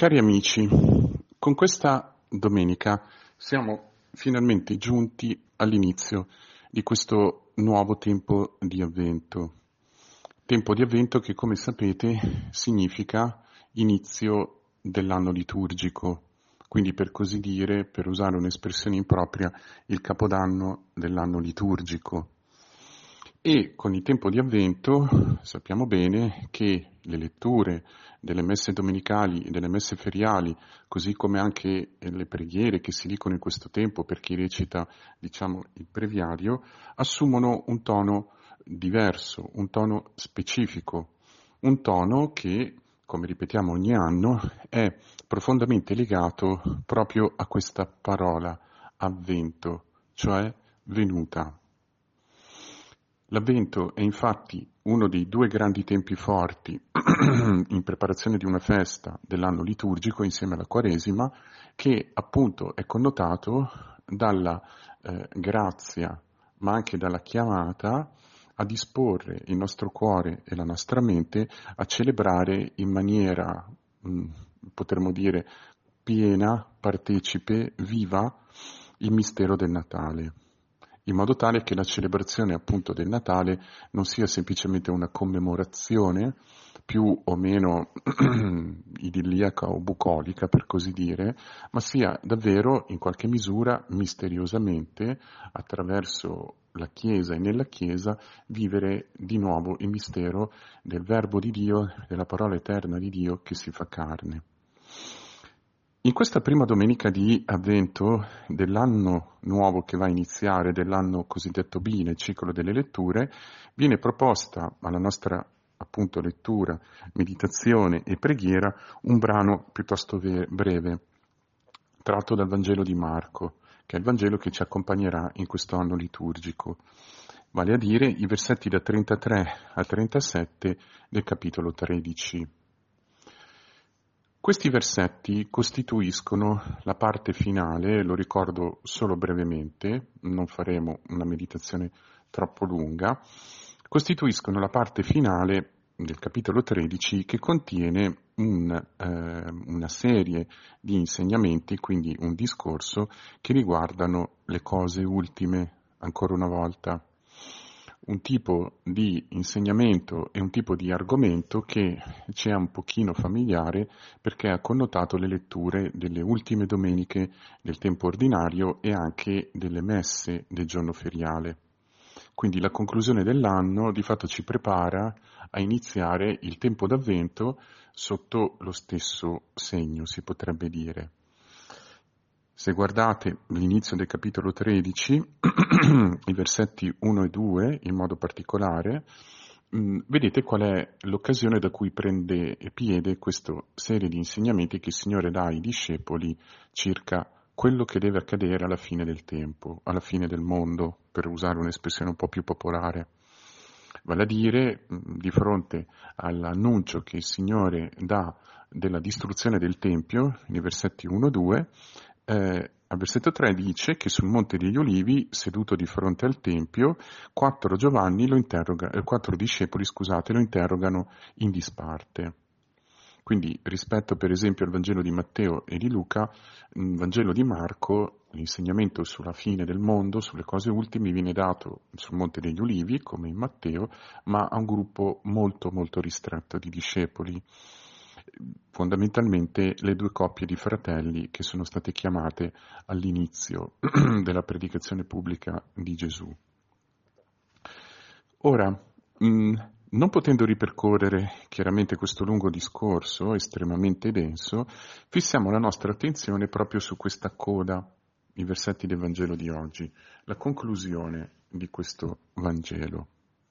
Cari amici, con questa domenica siamo finalmente giunti all'inizio di questo nuovo tempo di Avvento. Tempo di Avvento che, come sapete, significa inizio dell'anno liturgico, quindi per così dire, per usare un'espressione impropria, il capodanno dell'anno liturgico. E con il tempo di Avvento sappiamo bene che le letture delle messe domenicali e delle messe feriali, così come anche le preghiere che si dicono in questo tempo per chi recita, il breviario, assumono un tono diverso, un tono specifico, un tono che, come ripetiamo ogni anno, è profondamente legato proprio a questa parola, Avvento, cioè venuta. L'Avvento è infatti uno dei due grandi tempi forti in preparazione di una festa dell'anno liturgico insieme alla Quaresima, che appunto è connotato dalla grazia, ma anche dalla chiamata a disporre il nostro cuore e la nostra mente a celebrare in maniera, potremmo dire, piena, partecipe, viva il mistero del Natale, in modo tale che la celebrazione appunto del Natale non sia semplicemente una commemorazione più o meno idilliaca o bucolica, per così dire, ma sia davvero in qualche misura misteriosamente, attraverso la Chiesa e nella Chiesa, vivere di nuovo il mistero del Verbo di Dio, della parola eterna di Dio che si fa carne. In questa prima domenica di Avvento dell'anno nuovo che va a iniziare, dell'anno cosiddetto B, nel ciclo delle letture, viene proposta alla nostra appunto lettura, meditazione e preghiera un brano piuttosto breve, tratto dal Vangelo di Marco, che è il Vangelo che ci accompagnerà in questo anno liturgico, vale a dire i versetti da 33 a 37 del capitolo 13. Questi versetti costituiscono la parte finale, lo ricordo solo brevemente, non faremo una meditazione troppo lunga, costituiscono la parte finale del capitolo 13 che contiene una serie di insegnamenti, quindi un discorso che riguardano le cose ultime, ancora una volta. Un tipo di insegnamento e un tipo di argomento che ci è un pochino familiare perché ha connotato le letture delle ultime domeniche del tempo ordinario e anche delle messe del giorno feriale. Quindi la conclusione dell'anno di fatto ci prepara a iniziare il tempo d'Avvento sotto lo stesso segno, si potrebbe dire. Se guardate l'inizio del capitolo 13, i versetti 1 e 2 in modo particolare, vedete qual è l'occasione da cui prende piede questa serie di insegnamenti che il Signore dà ai discepoli circa quello che deve accadere alla fine del tempo, alla fine del mondo, per usare un'espressione un po' più popolare. Vale a dire, di fronte all'annuncio che il Signore dà della distruzione del Tempio, nei versetti 1 e 2, al versetto 3 dice che sul Monte degli Ulivi, seduto di fronte al Tempio, quattro discepoli lo interrogano in disparte. Quindi rispetto per esempio al Vangelo di Matteo e di Luca, nel Vangelo di Marco l'insegnamento sulla fine del mondo, sulle cose ultime, viene dato sul Monte degli Ulivi, come in Matteo, ma a un gruppo molto molto ristretto di discepoli, fondamentalmente le due coppie di fratelli che sono state chiamate all'inizio della predicazione pubblica di Gesù. Ora, non potendo ripercorrere chiaramente questo lungo discorso estremamente denso, fissiamo la nostra attenzione proprio su questa coda, i versetti del Vangelo di oggi, la conclusione di questo Vangelo,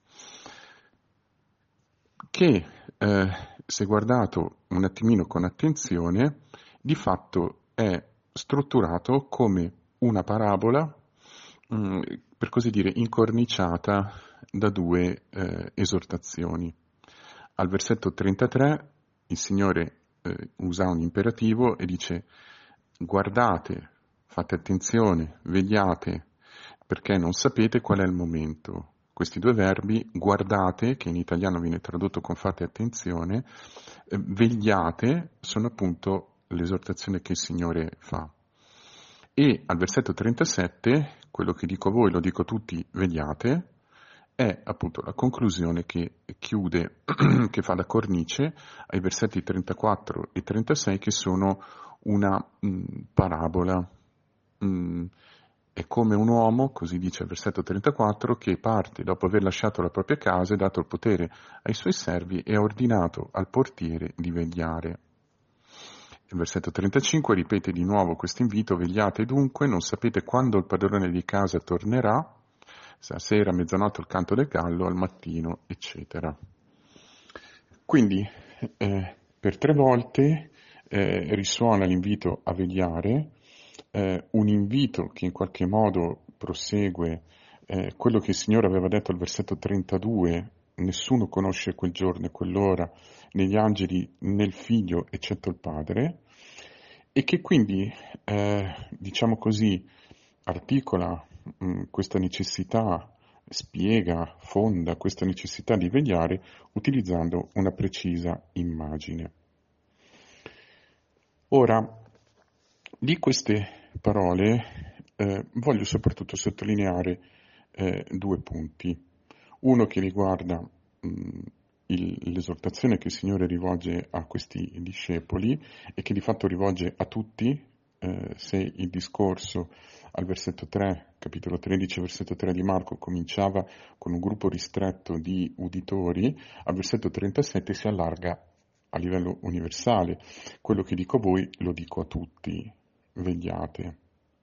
che se guardato un attimino con attenzione, di fatto è strutturato come una parabola, per così dire, incorniciata da due esortazioni. Al versetto 33 il Signore usa un imperativo e dice: guardate, fate attenzione, vegliate, perché non sapete qual è il momento. Questi due verbi, guardate, che in italiano viene tradotto con fate attenzione, vegliate, sono appunto l'esortazione che il Signore fa. E al versetto 37, quello che dico a voi, lo dico a tutti, vegliate, è appunto la conclusione che chiude, che fa da cornice ai versetti 34 e 36, che sono una parabola. È come un uomo, così dice il versetto 34, che parte dopo aver lasciato la propria casa e dato il potere ai suoi servi e ha ordinato al portiere di vegliare. Il versetto 35 ripete di nuovo questo invito: vegliate dunque, non sapete quando il padrone di casa tornerà, se a sera, a mezzanotte, il canto del gallo, al mattino, eccetera. Quindi per 3 volte risuona l'invito a vegliare, un invito che in qualche modo prosegue quello che il Signore aveva detto al versetto 32: nessuno conosce quel giorno e quell'ora, né gli angeli né il figlio eccetto il Padre, e che quindi, diciamo così, articola questa necessità, spiega, fonda questa necessità di vegliare utilizzando una precisa immagine. Ora, di queste parole voglio soprattutto sottolineare 2 punti. Uno che riguarda l'esortazione che il Signore rivolge a questi discepoli e che di fatto rivolge a tutti, se il discorso al versetto 3, capitolo 13, versetto 3 di Marco cominciava con un gruppo ristretto di uditori, al versetto 37 si allarga a livello universale. Quello che dico a voi lo dico a tutti, vegliate.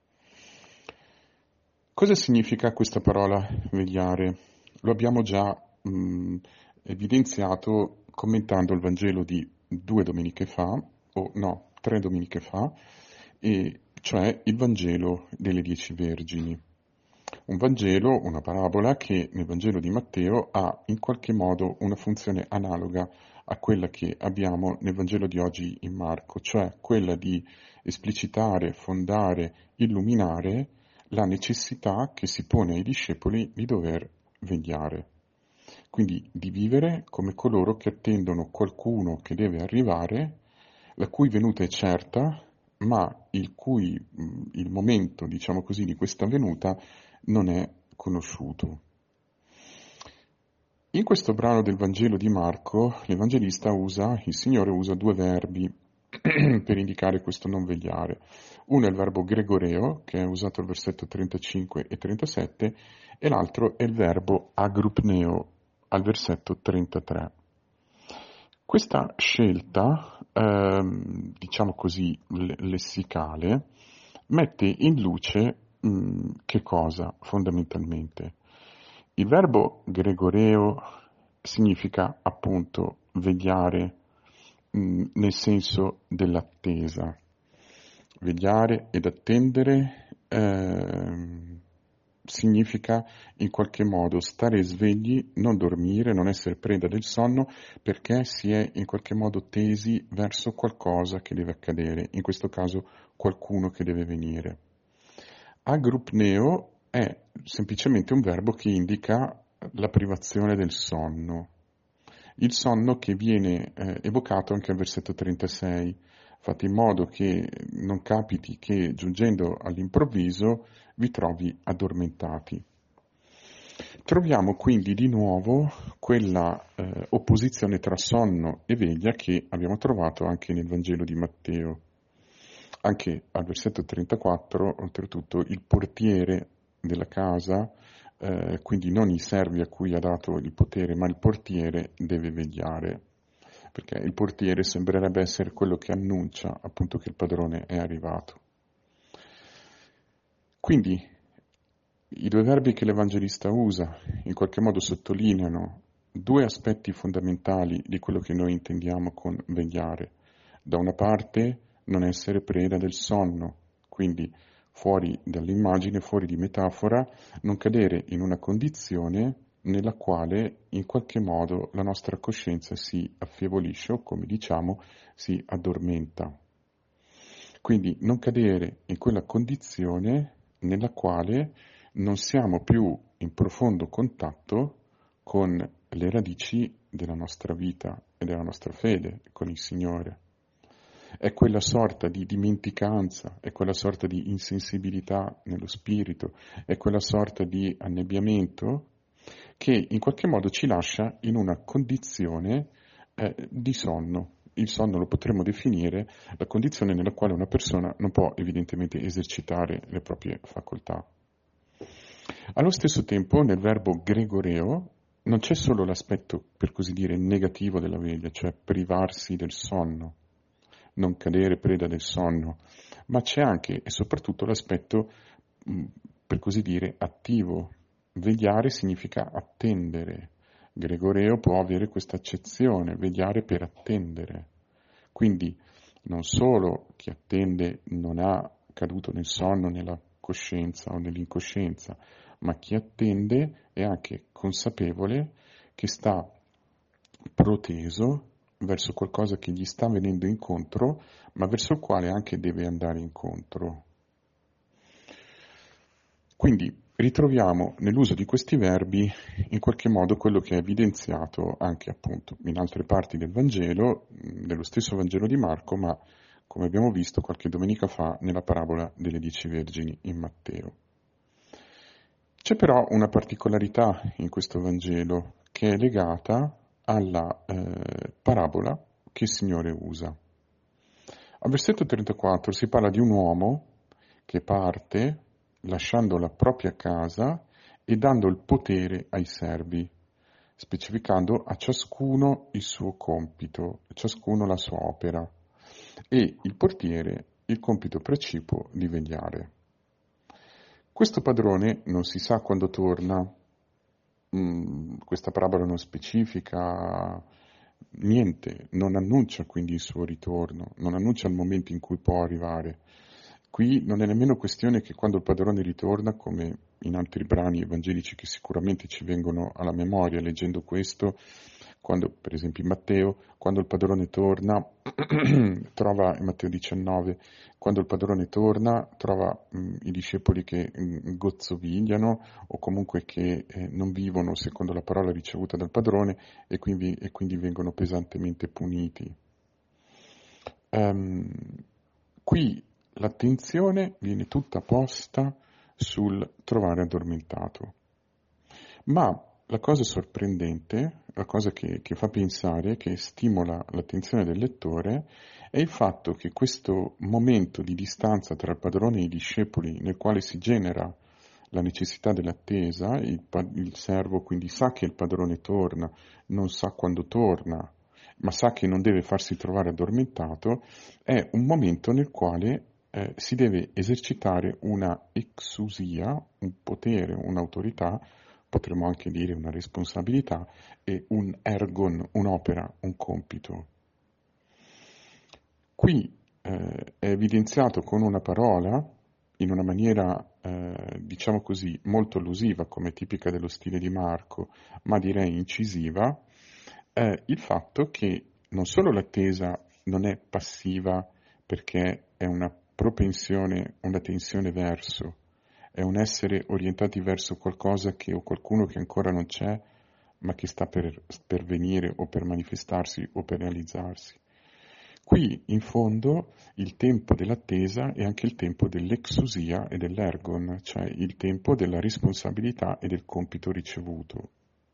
Cosa significa questa parola vegliare? Lo abbiamo già evidenziato commentando il Vangelo di 2 domeniche fa, o no, 3 domeniche fa, e cioè il Vangelo delle 10 Vergini. Un Vangelo, una parabola che nel Vangelo di Matteo ha in qualche modo una funzione analoga a quella che abbiamo nel Vangelo di oggi in Marco, cioè quella di esplicitare, fondare, illuminare la necessità che si pone ai discepoli di dover vegliare, quindi di vivere come coloro che attendono qualcuno che deve arrivare, la cui venuta è certa, ma il momento, diciamo così, di questa venuta non è conosciuto. In questo brano del Vangelo di Marco, il Signore usa 2 verbi per indicare questo non vegliare. Uno è il verbo gregoreo, che è usato al versetto 35 e 37, e l'altro è il verbo agrupneo, al versetto 33. Questa scelta, diciamo così, lessicale, mette in luce che cosa fondamentalmente? Il verbo gregoreo significa appunto vegliare nel senso dell'attesa. Vegliare ed attendere significa in qualche modo stare svegli, non dormire, non essere preda del sonno, perché si è in qualche modo tesi verso qualcosa che deve accadere, in questo caso qualcuno che deve venire. Agrupneo è semplicemente un verbo che indica la privazione del sonno, il sonno che viene evocato anche al versetto 36. Fate in modo che non capiti che giungendo all'improvviso vi trovi addormentati. Troviamo quindi di nuovo quella opposizione tra sonno e veglia che abbiamo trovato anche nel Vangelo di Matteo. Anche al versetto 34, oltretutto, il portiere della casa, quindi non i servi a cui ha dato il potere, ma il portiere deve vegliare, perché il portiere sembrerebbe essere quello che annuncia appunto che il padrone è arrivato. Quindi i 2 verbi che l'Evangelista usa in qualche modo sottolineano 2 aspetti fondamentali di quello che noi intendiamo con vegliare. Da una parte non essere preda del sonno, quindi fuori dall'immagine, fuori di metafora, non cadere in una condizione nella quale in qualche modo la nostra coscienza si affievolisce o, come diciamo, si addormenta. Quindi non cadere in quella condizione nella quale non siamo più in profondo contatto con le radici della nostra vita e della nostra fede con il Signore. è quella sorta di dimenticanza, è quella sorta di insensibilità nello spirito, è quella sorta di annebbiamento che in qualche modo ci lascia in una condizione di sonno. Il sonno lo potremmo definire la condizione nella quale una persona non può evidentemente esercitare le proprie facoltà. Allo stesso tempo, nel verbo gregoreo non c'è solo l'aspetto, per così dire, negativo della veglia, cioè privarsi del sonno, non cadere preda del sonno, ma c'è anche e soprattutto l'aspetto, per così dire, attivo. Vegliare significa attendere. Gregoreo può avere questa accezione, vegliare per attendere. Quindi non solo chi attende non ha caduto nel sonno, nella coscienza o nell'incoscienza, ma chi attende è anche consapevole che sta proteso verso qualcosa che gli sta venendo incontro, ma verso il quale anche deve andare incontro. Quindi ritroviamo nell'uso di questi verbi in qualche modo quello che è evidenziato anche appunto in altre parti del Vangelo, dello stesso Vangelo di Marco, ma come abbiamo visto qualche domenica fa nella parabola delle 10 vergini in Matteo. C'è però una particolarità in questo Vangelo che è legata alla parabola che il Signore usa. Al versetto 34 si parla di un uomo che parte lasciando la propria casa e dando il potere ai servi, specificando a ciascuno il suo compito, ciascuno la sua opera, e il portiere il compito precipuo di vegliare. Questo padrone non si sa quando torna, questa parabola non specifica niente, non annuncia quindi il suo ritorno, non annuncia il momento in cui può arrivare. Qui non è nemmeno questione che quando il padrone ritorna, come in altri brani evangelici che sicuramente ci vengono alla memoria leggendo questo, quando per esempio in Matteo, quando il padrone torna, trova in Matteo 19, quando il padrone torna trova i discepoli che gozzovigliano o comunque che non vivono secondo la parola ricevuta dal padrone e quindi vengono pesantemente puniti. Qui l'attenzione viene tutta posta sul trovare addormentato. Ma la cosa sorprendente, la cosa che fa pensare, che stimola l'attenzione del lettore, è il fatto che questo momento di distanza tra il padrone e i discepoli, nel quale si genera la necessità dell'attesa, il servo quindi sa che il padrone torna, non sa quando torna, ma sa che non deve farsi trovare addormentato, è un momento nel quale si deve esercitare una exousia, un potere, un'autorità, potremmo anche dire una responsabilità, e un ergon, un'opera, un compito. Qui è evidenziato con una parola, in una maniera, diciamo così, molto allusiva, come tipica dello stile di Marco, ma direi incisiva, il fatto che non solo l'attesa non è passiva perché è una propensione, una tensione verso, è un essere orientati verso qualcosa che o qualcuno che ancora non c'è, ma che sta per venire o per manifestarsi o per realizzarsi. Qui, in fondo, il tempo dell'attesa è anche il tempo dell'exousia e dell'ergon, cioè il tempo della responsabilità e del compito ricevuto.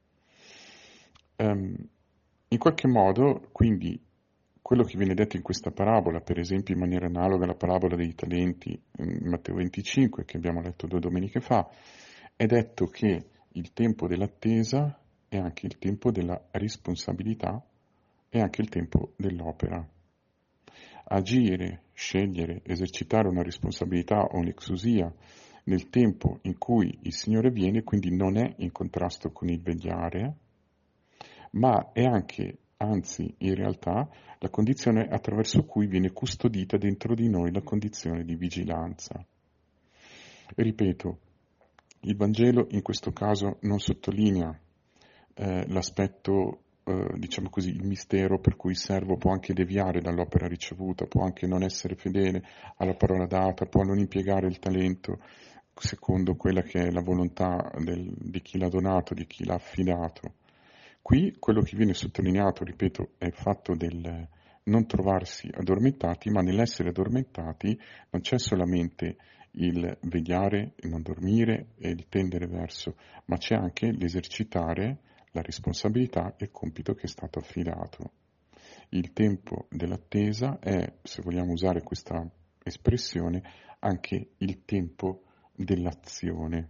In qualche modo, quindi, quello che viene detto in questa parabola, per esempio in maniera analoga alla parabola dei talenti in Matteo 25, che abbiamo letto 2 domeniche fa, è detto che il tempo dell'attesa è anche il tempo della responsabilità e anche il tempo dell'opera. Agire, scegliere, esercitare una responsabilità o un'exousia nel tempo in cui il Signore viene, quindi non è in contrasto con il vegliare, ma è anche, anzi in realtà, la condizione attraverso cui viene custodita dentro di noi la condizione di vigilanza. Ripeto, il Vangelo in questo caso non sottolinea l'aspetto, diciamo così, il mistero per cui il servo può anche deviare dall'opera ricevuta, può anche non essere fedele alla parola data, può non impiegare il talento secondo quella che è la volontà di chi l'ha donato, di chi l'ha affidato. Qui quello che viene sottolineato, ripeto, è il fatto del non trovarsi addormentati, ma nell'essere addormentati non c'è solamente il vegliare, il non dormire e il tendere verso, ma c'è anche l'esercitare la responsabilità e il compito che è stato affidato. Il tempo dell'attesa è, se vogliamo usare questa espressione, anche il tempo dell'azione.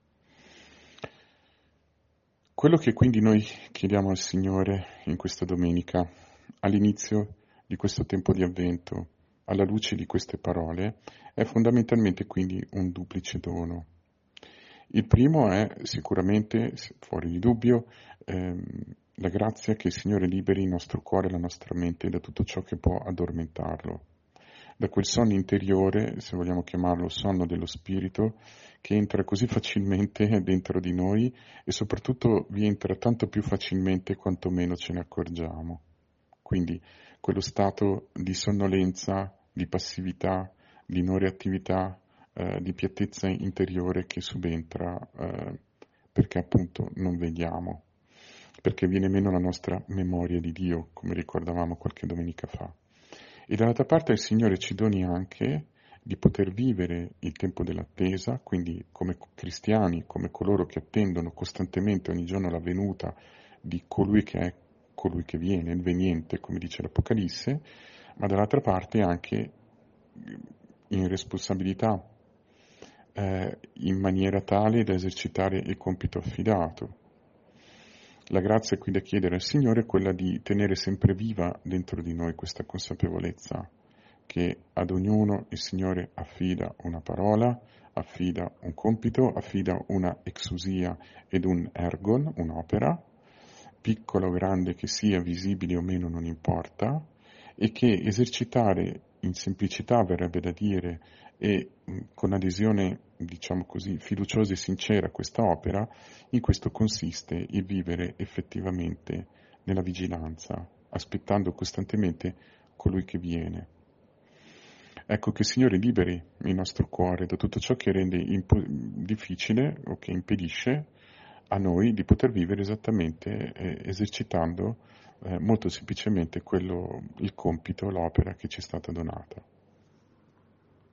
Quello che quindi noi chiediamo al Signore in questa domenica, all'inizio di questo tempo di Avvento, alla luce di queste parole, è fondamentalmente quindi un duplice dono. Il primo è sicuramente, fuori di dubbio, la grazia che il Signore liberi il nostro cuore e la nostra mente da tutto ciò che può addormentarlo, da quel sonno interiore, se vogliamo chiamarlo sonno dello spirito, che entra così facilmente dentro di noi e soprattutto vi entra tanto più facilmente quanto meno ce ne accorgiamo. Quindi quello stato di sonnolenza, di passività, di non reattività, di piattezza interiore che subentra perché appunto non vediamo, perché viene meno la nostra memoria di Dio, come ricordavamo qualche domenica fa. E dall'altra parte il Signore ci doni anche di poter vivere il tempo dell'attesa, quindi come cristiani, come coloro che attendono costantemente ogni giorno la venuta di colui che è colui che viene, il veniente, come dice l'Apocalisse, ma dall'altra parte anche in responsabilità, in maniera tale da esercitare il compito affidato. La grazia qui da chiedere al Signore è quella di tenere sempre viva dentro di noi questa consapevolezza che ad ognuno il Signore affida una parola, affida un compito, affida una exousia ed un ergon, un'opera, piccola o grande che sia, visibile o meno non importa, e che esercitare in semplicità, verrebbe da dire, e con adesione, diciamo così, fiduciosa e sincera a questa opera, in questo consiste il vivere effettivamente nella vigilanza, aspettando costantemente colui che viene. Ecco che il Signore liberi il nostro cuore da tutto ciò che rende difficile o che impedisce a noi di poter vivere esattamente esercitando molto semplicemente il compito, l'opera che ci è stata donata.